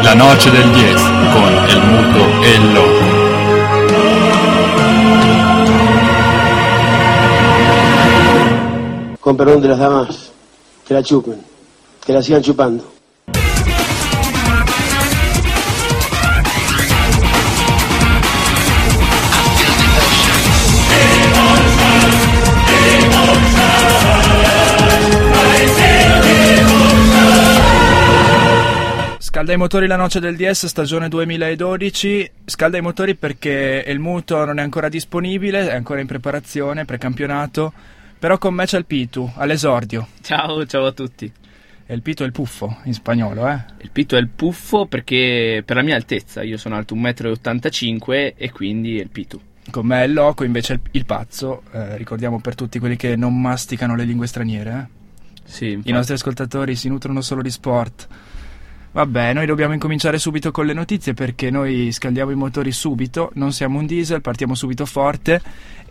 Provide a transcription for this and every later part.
La noche del 10 con el muto e el loco. Con perdón de las damas, que la chupen, que la sigan chupando. Scalda i motori la noce del DS stagione 2012, scalda i motori perché il muto non è ancora disponibile, è ancora in preparazione, precampionato, però con me c'è il Pitu, all'esordio. Ciao a tutti. E il Pitu è il puffo, in spagnolo, Il Pitu è il puffo perché per la mia altezza, io sono alto 1,85 m e quindi è il Pitu. Con me è il loco, invece il pazzo, ricordiamo per tutti quelli che non masticano le lingue straniere, Sì, infatti. I nostri ascoltatori si nutrono solo di sport. Vabbè, noi dobbiamo incominciare subito con le notizie perché noi scaldiamo i motori subito, non siamo un diesel, partiamo subito forte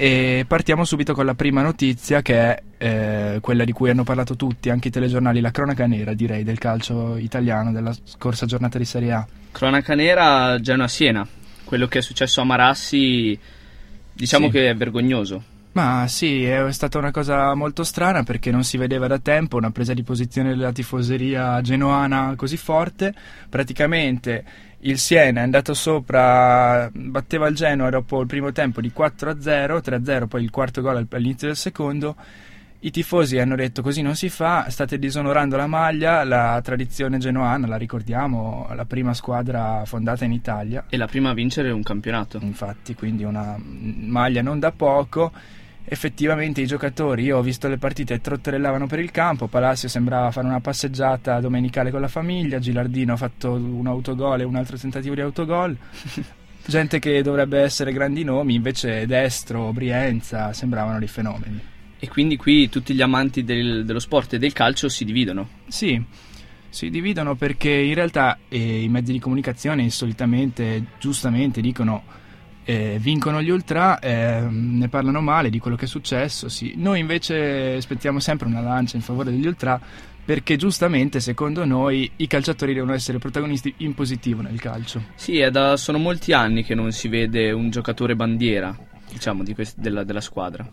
e partiamo subito con la prima notizia che è quella di cui hanno parlato tutti, anche i telegiornali, la cronaca nera direi del calcio italiano della scorsa giornata di Serie A. Cronaca nera Genoa-Siena, quello che è successo a Marassi diciamo Sì. che è vergognoso. Ma sì, è stata una cosa molto strana perché non si vedeva da tempo una presa di posizione della tifoseria genoana così forte. Praticamente il Siena è andato sopra, batteva il Genoa dopo il primo tempo di 4-0, 3-0, poi il quarto gol all'inizio del secondo. I tifosi hanno detto così non si fa, state disonorando la maglia, la tradizione genoana, la ricordiamo, la prima squadra fondata in Italia. E la prima a vincere un campionato. Infatti, quindi una maglia non da poco. Effettivamente i giocatori, io ho visto le partite, trotterellavano per il campo. Palacio sembrava fare una passeggiata domenicale con la famiglia, Gilardino ha fatto un autogol e un altro tentativo di autogol. Gente che dovrebbe essere grandi nomi, invece Destro, Brienza sembravano dei fenomeni. E quindi qui tutti gli amanti dello sport e del calcio si dividono. Sì, si dividono perché in realtà i mezzi di comunicazione solitamente, giustamente, dicono vincono gli ultra, ne parlano male di quello che è successo. Sì. Noi invece spettiamo sempre una lancia in favore degli ultra perché giustamente secondo noi i calciatori devono essere protagonisti in positivo nel calcio. Sì, sono molti anni che non si vede un giocatore bandiera, diciamo, della squadra.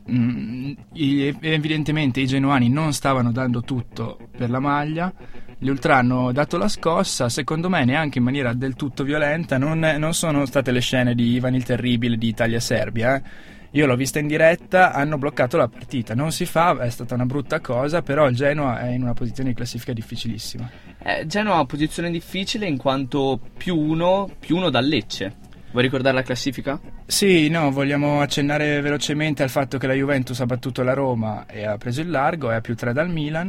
Evidentemente i genoani non stavano dando tutto per la maglia, gli ultra hanno dato la scossa, secondo me neanche in maniera del tutto violenta. Non sono state le scene di Ivan il Terribile di Italia-Serbia, Io l'ho vista in diretta, hanno bloccato la partita, non si fa, è stata una brutta cosa, però il Genoa è in una posizione di classifica difficilissima. Genoa ha una posizione difficile in quanto più uno dal Lecce. Vuoi ricordare la classifica? Sì, no, vogliamo accennare velocemente al fatto che la Juventus ha battuto la Roma e ha preso il largo, è a +3 dal Milan.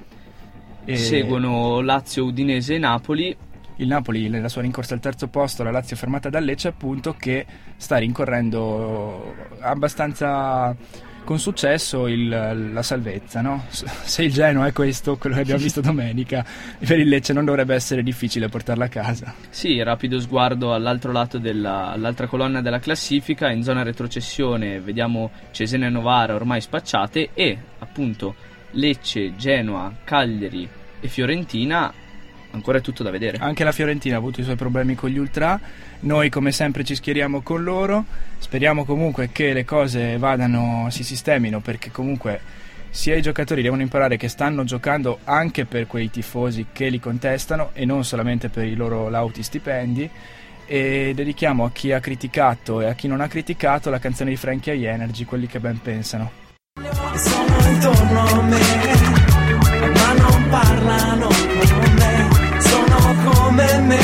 Seguono Lazio, Udinese e Napoli. Il Napoli nella sua rincorsa al terzo posto, la Lazio fermata dal Lecce appunto, che sta rincorrendo abbastanza con successo la salvezza, no? Se il Genoa è questo, quello che abbiamo visto domenica, per il Lecce non dovrebbe essere difficile portarla a casa. Sì, rapido sguardo all'altro lato all'altra colonna della classifica, in zona retrocessione vediamo Cesena e Novara ormai spacciate e appunto Lecce, Genoa, Cagliari e Fiorentina ancora è tutto da vedere. Anche la Fiorentina ha avuto i suoi problemi con gli ultra, noi come sempre ci schieriamo con loro, speriamo comunque che le cose si sistemino, perché comunque sia i giocatori devono imparare che stanno giocando anche per quei tifosi che li contestano e non solamente per i loro lauti stipendi. E dedichiamo a chi ha criticato e a chi non ha criticato la canzone di Frankie High Energy, Quelli che ben pensano. Sono intorno a me, ma non parlano con me. Sono come me,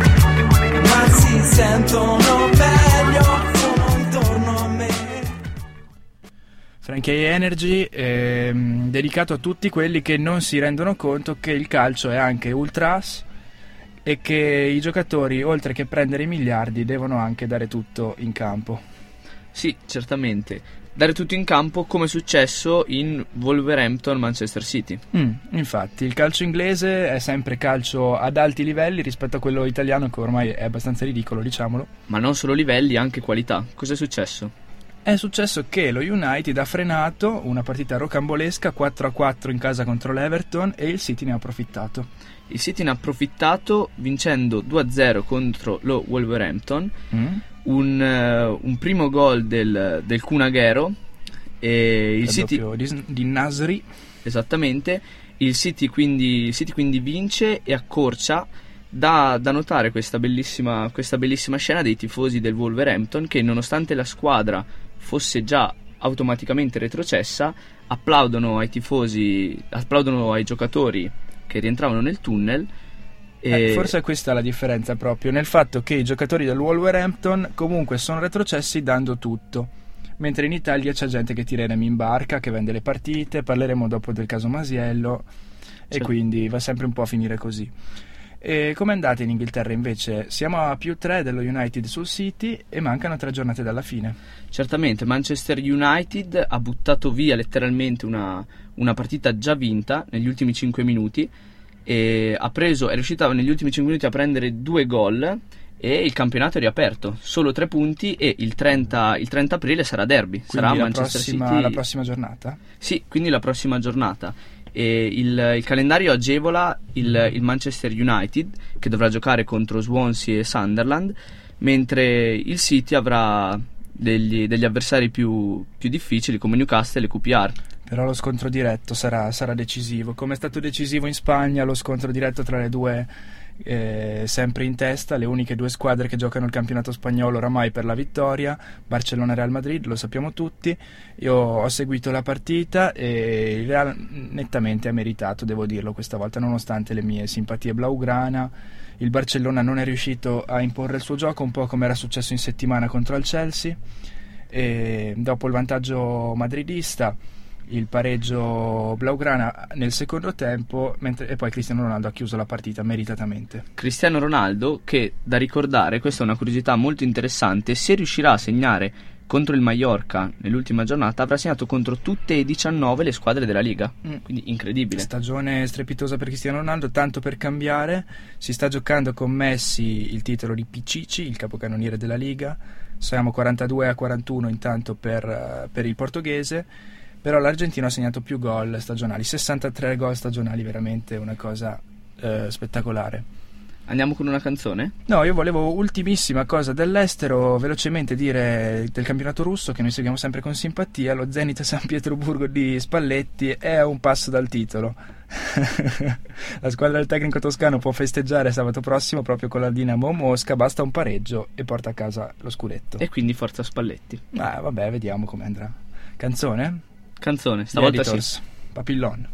ma si sentono meglio. Sono intorno a me. Frankie High Energy dedicato a tutti quelli che non si rendono conto che il calcio è anche ultras e che i giocatori, oltre che prendere i miliardi, devono anche dare tutto in campo. Sì, certamente. Dare tutto in campo, come è successo in Wolverhampton-Manchester City. Infatti, il calcio inglese è sempre calcio ad alti livelli rispetto a quello italiano, che ormai è abbastanza ridicolo, diciamolo. Ma non solo livelli, anche qualità. Cos'è successo? È successo che lo United ha frenato una partita rocambolesca 4-4 in casa contro l'Everton e il City ne ha approfittato. Il City ne ha approfittato vincendo 2-0 contro lo Wolverhampton, un primo gol del Kun Aguero, e il City di Nasri. Esattamente. Il City quindi vince e accorcia. Da notare questa bellissima scena dei tifosi del Wolverhampton, che nonostante la squadra fosse già automaticamente retrocessa, applaudono ai giocatori che rientravano nel tunnel. Forse questa è la differenza, proprio nel fatto che i giocatori del Wolverhampton comunque sono retrocessi dando tutto, mentre in Italia c'è gente che tira i remi in barca, che vende le partite. Parleremo dopo del caso Masiello, e quindi va sempre un po' a finire così. E come andate in Inghilterra invece? Siamo a +3 dello United sul City e mancano 3 giornate dalla fine. Certamente, Manchester United ha buttato via letteralmente una partita già vinta negli ultimi 5 minuti e è riuscita negli ultimi 5 minuti a prendere 2 gol, e il campionato è riaperto, solo 3 punti, e il 30 aprile sarà derby. Quindi sarà Manchester City la prossima giornata? Sì, quindi la prossima giornata. E il calendario agevola il Manchester United, che dovrà giocare contro Swansea e Sunderland, mentre il City avrà degli avversari più difficili come Newcastle e QPR. Però lo scontro diretto sarà decisivo, come è stato decisivo in Spagna lo scontro diretto tra le due, sempre in testa, le uniche 2 squadre che giocano il campionato spagnolo oramai per la vittoria, Barcellona e Real Madrid, lo sappiamo tutti. Io ho seguito la partita e il Real nettamente ha meritato, devo dirlo questa volta, nonostante le mie simpatie blaugrana. Il Barcellona non è riuscito a imporre il suo gioco, un po' come era successo in settimana contro il Chelsea, e dopo il vantaggio madridista, il pareggio blaugrana nel secondo tempo, e poi Cristiano Ronaldo ha chiuso la partita meritatamente. Cristiano Ronaldo, che da ricordare, questa è una curiosità molto interessante, se riuscirà a segnare contro il Mallorca nell'ultima giornata, avrà segnato contro tutte e 19 le squadre della Liga, quindi incredibile. Stagione strepitosa per Cristiano Ronaldo. Tanto per cambiare, si sta giocando con Messi il titolo di Pichichi, il capocannoniere della Liga. Siamo 42-41 intanto per il portoghese. Però l'Argentino ha segnato più gol stagionali, 63 gol stagionali, veramente una cosa spettacolare. Andiamo con una canzone? No, io volevo, ultimissima cosa dell'estero, velocemente dire del campionato russo, che noi seguiamo sempre con simpatia. Lo Zenit San Pietroburgo di Spalletti è a un passo dal titolo. La squadra del tecnico toscano può festeggiare sabato prossimo proprio con la Dinamo Mosca, basta un pareggio e porta a casa lo scudetto. E quindi forza Spalletti. Vabbè, vediamo come andrà. Canzone, stavolta Editors, sì. Papillon.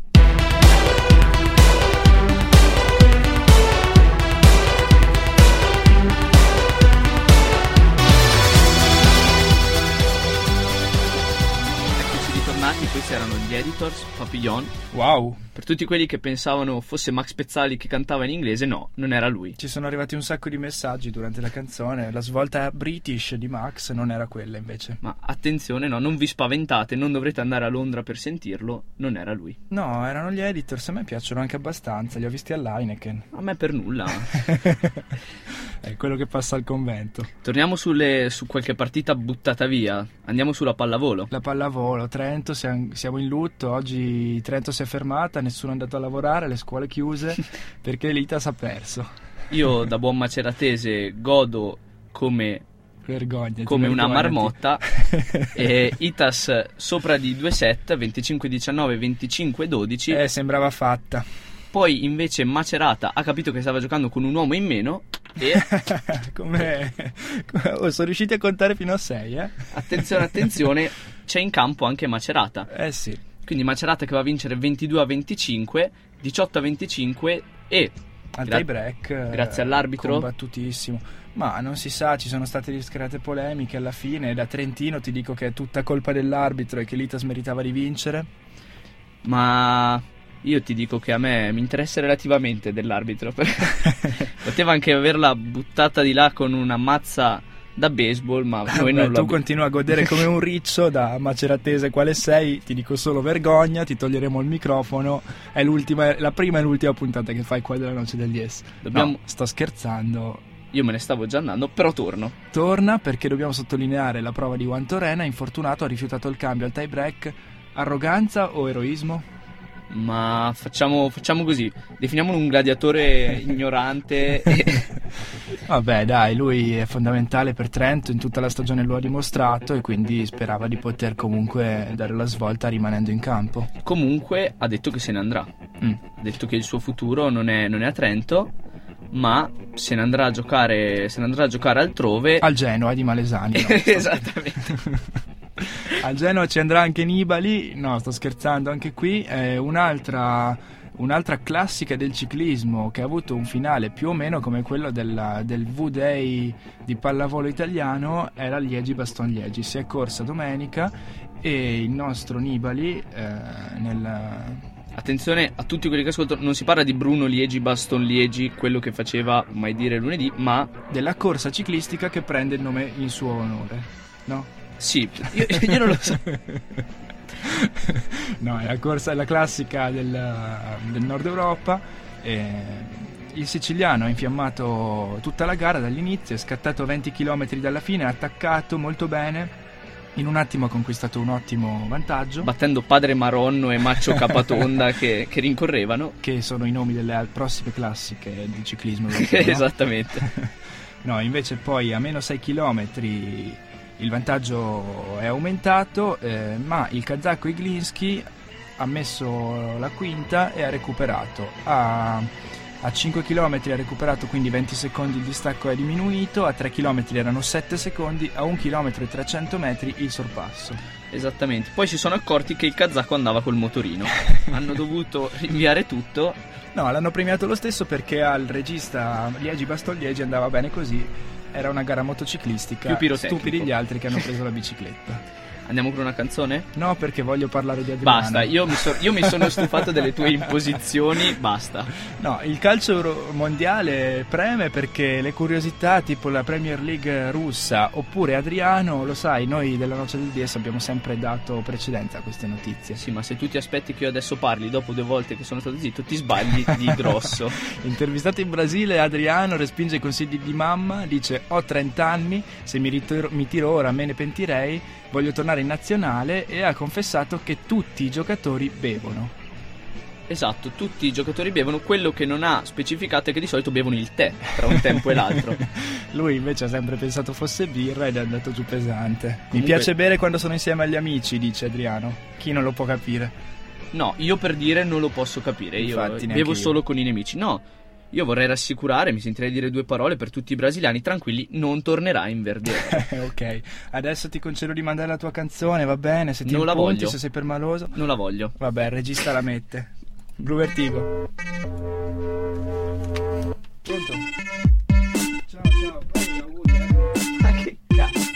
Eccoci ritornati, questi erano gli Editors, Papillon. Wow! Per tutti quelli che pensavano fosse Max Pezzali che cantava in inglese, no, non era lui. Ci sono arrivati un sacco di messaggi durante la canzone, la svolta British di Max non era quella invece. Ma attenzione, no, non vi spaventate, non dovrete andare a Londra per sentirlo, non era lui. No, erano gli Editors, a me piacciono anche abbastanza, li ho visti all'Heineken. A me per nulla. È quello che passa al convento. Torniamo su qualche partita buttata via, andiamo sulla pallavolo. La pallavolo, Trento, siamo in lutto, oggi Trento si è fermata, nessuno è andato a lavorare, le scuole chiuse, perché l'Itas ha perso. Io da buon maceratese godo come una marmotta. E Itas sopra di 2 set, 25-19, 25-12. Sembrava fatta. Poi invece Macerata ha capito che stava giocando con un uomo in meno e sono riusciti a contare fino a 6, Attenzione, c'è in campo anche Macerata. Sì. Quindi Macerata che va a vincere 22-25, 18-25 e al tie break, grazie all'arbitro, combattutissimo. Ma non si sa, ci sono state discrete polemiche alla fine. Da trentino ti dico che è tutta colpa dell'arbitro e che l'Itas meritava di vincere. Ma io ti dico che a me mi interessa relativamente dell'arbitro. Poteva anche averla buttata di là con una mazza da baseball, ma noi non tu continui a godere come un riccio da maceratese quale sei. Ti dico solo vergogna, ti toglieremo il microfono. È la prima e l'ultima puntata che fai qua della Noce degli S. No, sto scherzando. Io me ne stavo già andando, però torna perché dobbiamo sottolineare la prova di Juan Torrena, infortunato, ha rifiutato il cambio al tie break. Arroganza o eroismo? Ma facciamo così, definiamolo un gladiatore ignorante. Vabbè, dai, lui è fondamentale per Trento, in tutta la stagione lo ha dimostrato e quindi sperava di poter comunque dare la svolta rimanendo in campo. Comunque ha detto che se ne andrà. Ha detto che il suo futuro non è a Trento, ma se ne andrà a giocare altrove. Al Genoa di Malesani. No? Esattamente. Al Genoa ci andrà anche Nibali. No, sto scherzando, anche qui è un'altra classica del ciclismo che ha avuto un finale più o meno come quello del V-Day di pallavolo italiano. Era Liegi-Bastogne-Liegi. Si è corsa domenica e il nostro Nibali Attenzione a tutti quelli che ascoltano, non si parla di Bruno Liegi-Baston Liegi, quello che faceva Mai Dire lunedì, ma della corsa ciclistica che prende il nome in suo onore, no? Sì, io non lo so. No, è la classica del Nord Europa. Il siciliano ha infiammato tutta la gara dall'inizio, è scattato 20 km dalla fine, ha attaccato molto bene. In un attimo ha conquistato un ottimo vantaggio, battendo Padre Maronno e Maccio Capatonda che rincorrevano, che sono i nomi delle prossime classiche di ciclismo. Esattamente. No, invece poi a meno 6 km il vantaggio è aumentato, ma il kazako Iglinski ha messo la quinta e ha recuperato. A 5 km ha recuperato, quindi 20 secondi il distacco è diminuito, a 3 km erano 7 secondi, a 1 km e 300 metri il sorpasso. Esattamente, poi si sono accorti che il kazako andava col motorino, hanno dovuto rinviare tutto. No, l'hanno premiato lo stesso perché al regista Liegi-Bastogne-Liegi andava bene così, era una gara motociclistica, più pirotecnico. Stupidi gli altri che hanno preso la bicicletta. Andiamo con una canzone? No, perché voglio parlare di Adriano. Basta, io mi sono stufato delle tue imposizioni, basta. No, il calcio mondiale preme perché le curiosità tipo la Premier League russa oppure Adriano, lo sai, noi della Noce del DS abbiamo sempre dato precedenza a queste notizie. Sì, ma se tu ti aspetti che io adesso parli dopo 2 volte che sono stato zitto, ti sbagli di grosso. Intervistato in Brasile, Adriano respinge i consigli di mamma, dice: ho 30 anni, se mi tiro ora me ne pentirei, voglio tornare in nazionale, e ha confessato che tutti i giocatori bevono. Esatto, tutti i giocatori bevono, quello che non ha specificato è che di solito bevono il tè tra un tempo e l'altro. Lui invece ha sempre pensato fosse birra ed è andato giù pesante. Mi piace bere quando sono insieme agli amici, dice Adriano. Chi non lo può capire? No, io per dire non lo posso capire. Infatti, io bevo solo con i nemici. No, io vorrei rassicurare, mi sentirei dire 2 parole per tutti i brasiliani: tranquilli, non tornerà in verdiere. Ok, adesso ti concedo di mandare la tua canzone, va bene? Se ti non impunti, la voglio. Se sei permaloso. Non la voglio. Vabbè, il regista la mette. Blu Vertigo. Pronto? Ciao, vai, auguri. Ma che cazzo?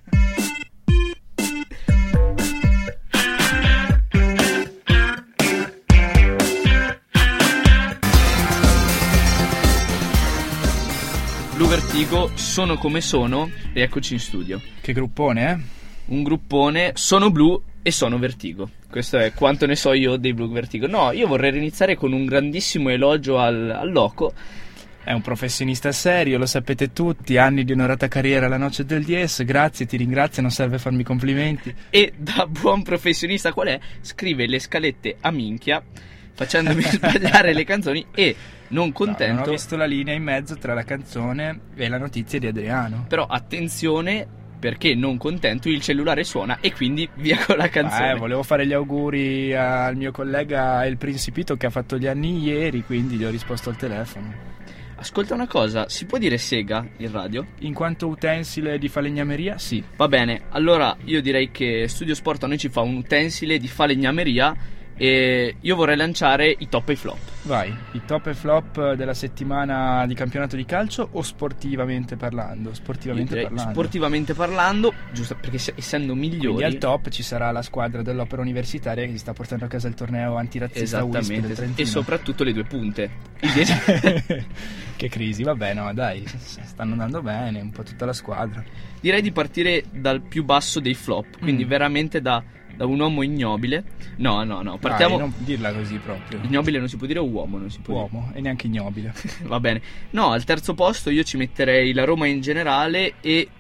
Blu Vertigo, sono come sono, e eccoci in studio. Che gruppone, eh? Un gruppone, sono blu e sono Vertigo. Questo è quanto ne so io dei Blu Vertigo. No, io vorrei iniziare con un grandissimo elogio al Loco. È un professionista serio, lo sapete tutti, anni di onorata carriera alla Noce del DS, grazie, ti ringrazio, non serve farmi complimenti. E da buon professionista qual è, scrive le scalette a minchia, facendomi sbagliare le canzoni, e non contento... No, non ho visto la linea in mezzo tra la canzone e la notizia di Adriano. Però attenzione, perché non contento il cellulare suona e quindi via con la canzone. Volevo fare gli auguri al mio collega El Principito che ha fatto gli anni ieri, quindi gli ho risposto al telefono. Ascolta una cosa, si può dire sega in radio? In quanto utensile di falegnameria, sì. Va bene, allora io direi che Studio Sport a noi ci fa un utensile di falegnameria e io vorrei lanciare i top e i flop. Vai, i top e flop della settimana di campionato di calcio o sportivamente parlando? Sportivamente parlando, giusto, perché essendo migliori. Quindi al top ci sarà la squadra dell'Opera Universitaria che si sta portando a casa il torneo antirazzista WISP del Trentino. E soprattutto le 2 punte. Che crisi, vabbè, no dai, stanno andando bene un po' tutta la squadra. Direi di partire dal più basso dei flop, quindi veramente da un uomo ignobile. No, partiamo. Dai, non dirla così proprio. Ignobile non si può dire, uomo non si può uomo, dire. E neanche ignobile. Va bene. No, al terzo posto io ci metterei la Roma in generale e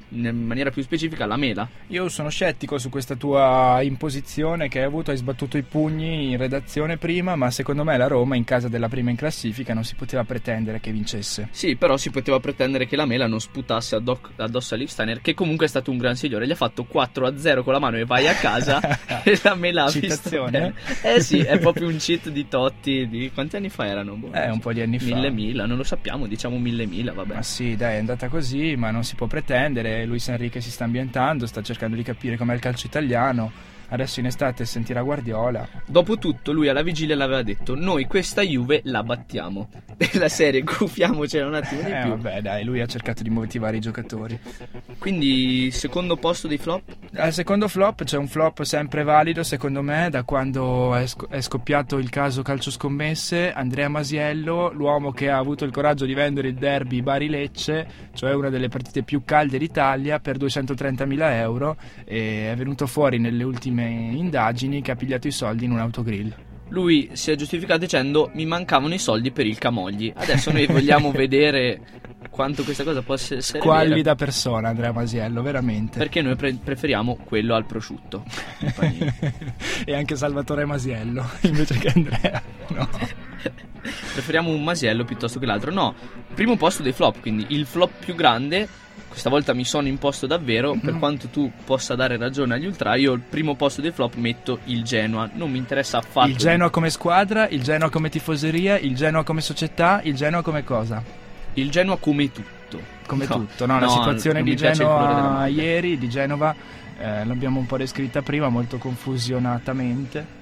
in maniera più specifica la Mela. Io sono scettico su questa tua imposizione che hai avuto, hai sbattuto i pugni in redazione prima, ma secondo me la Roma in casa della prima in classifica non si poteva pretendere che vincesse. Sì, però si poteva pretendere che la Mela non sputasse addosso a Lichtsteiner, che comunque è stato un gran signore, gli ha fatto 4-0 con la mano e vai a casa e la Mela ha visto bene. Sì, è proprio un cheat di Totti, di quanti anni fa erano? Un po' di anni fa. 1000, non lo sappiamo, diciamo 1000, vabbè. Ma sì, dai, è andata così, ma non si può pretendere. Luis Enrique si sta ambientando, sta cercando di capire com'è il calcio italiano. Adesso in estate sentirà Guardiola. Dopotutto lui alla vigilia l'aveva detto: noi questa Juve la battiamo. Della serie, gufiamocela un attimo di più. Vabbè, dai, lui ha cercato di motivare i giocatori. Quindi secondo posto dei flop? Al secondo flop c'è un flop sempre valido secondo me, da quando è scoppiato il caso calcio scommesse. Andrea Masiello, l'uomo che ha avuto il coraggio di vendere il derby Bari-Lecce, cioè una delle partite più calde d'Italia, per 230.000 euro, e è venuto fuori nelle ultime indagini che ha pigliato i soldi in un autogrill. Lui si è giustificato dicendo: mi mancavano i soldi per il Camogli. Adesso noi vogliamo vedere quanto questa cosa possa essere squallida persona Andrea Masiello, veramente, perché noi preferiamo quello al prosciutto. E anche Salvatore Masiello invece che Andrea, no. Preferiamo un Masiello piuttosto che l'altro. No, primo posto dei flop, quindi il flop più grande. Questa volta mi sono imposto davvero, per quanto tu possa dare ragione agli ultra. Io al primo posto dei flop metto il Genoa. Non mi interessa affatto. Il Genoa come squadra, il Genoa come tifoseria, il Genoa come società, il Genoa come cosa? Il Genoa come tutto. Come tutto, no? La situazione di Genoa ieri, di Genova, l'abbiamo un po' descritta prima, molto confusionatamente.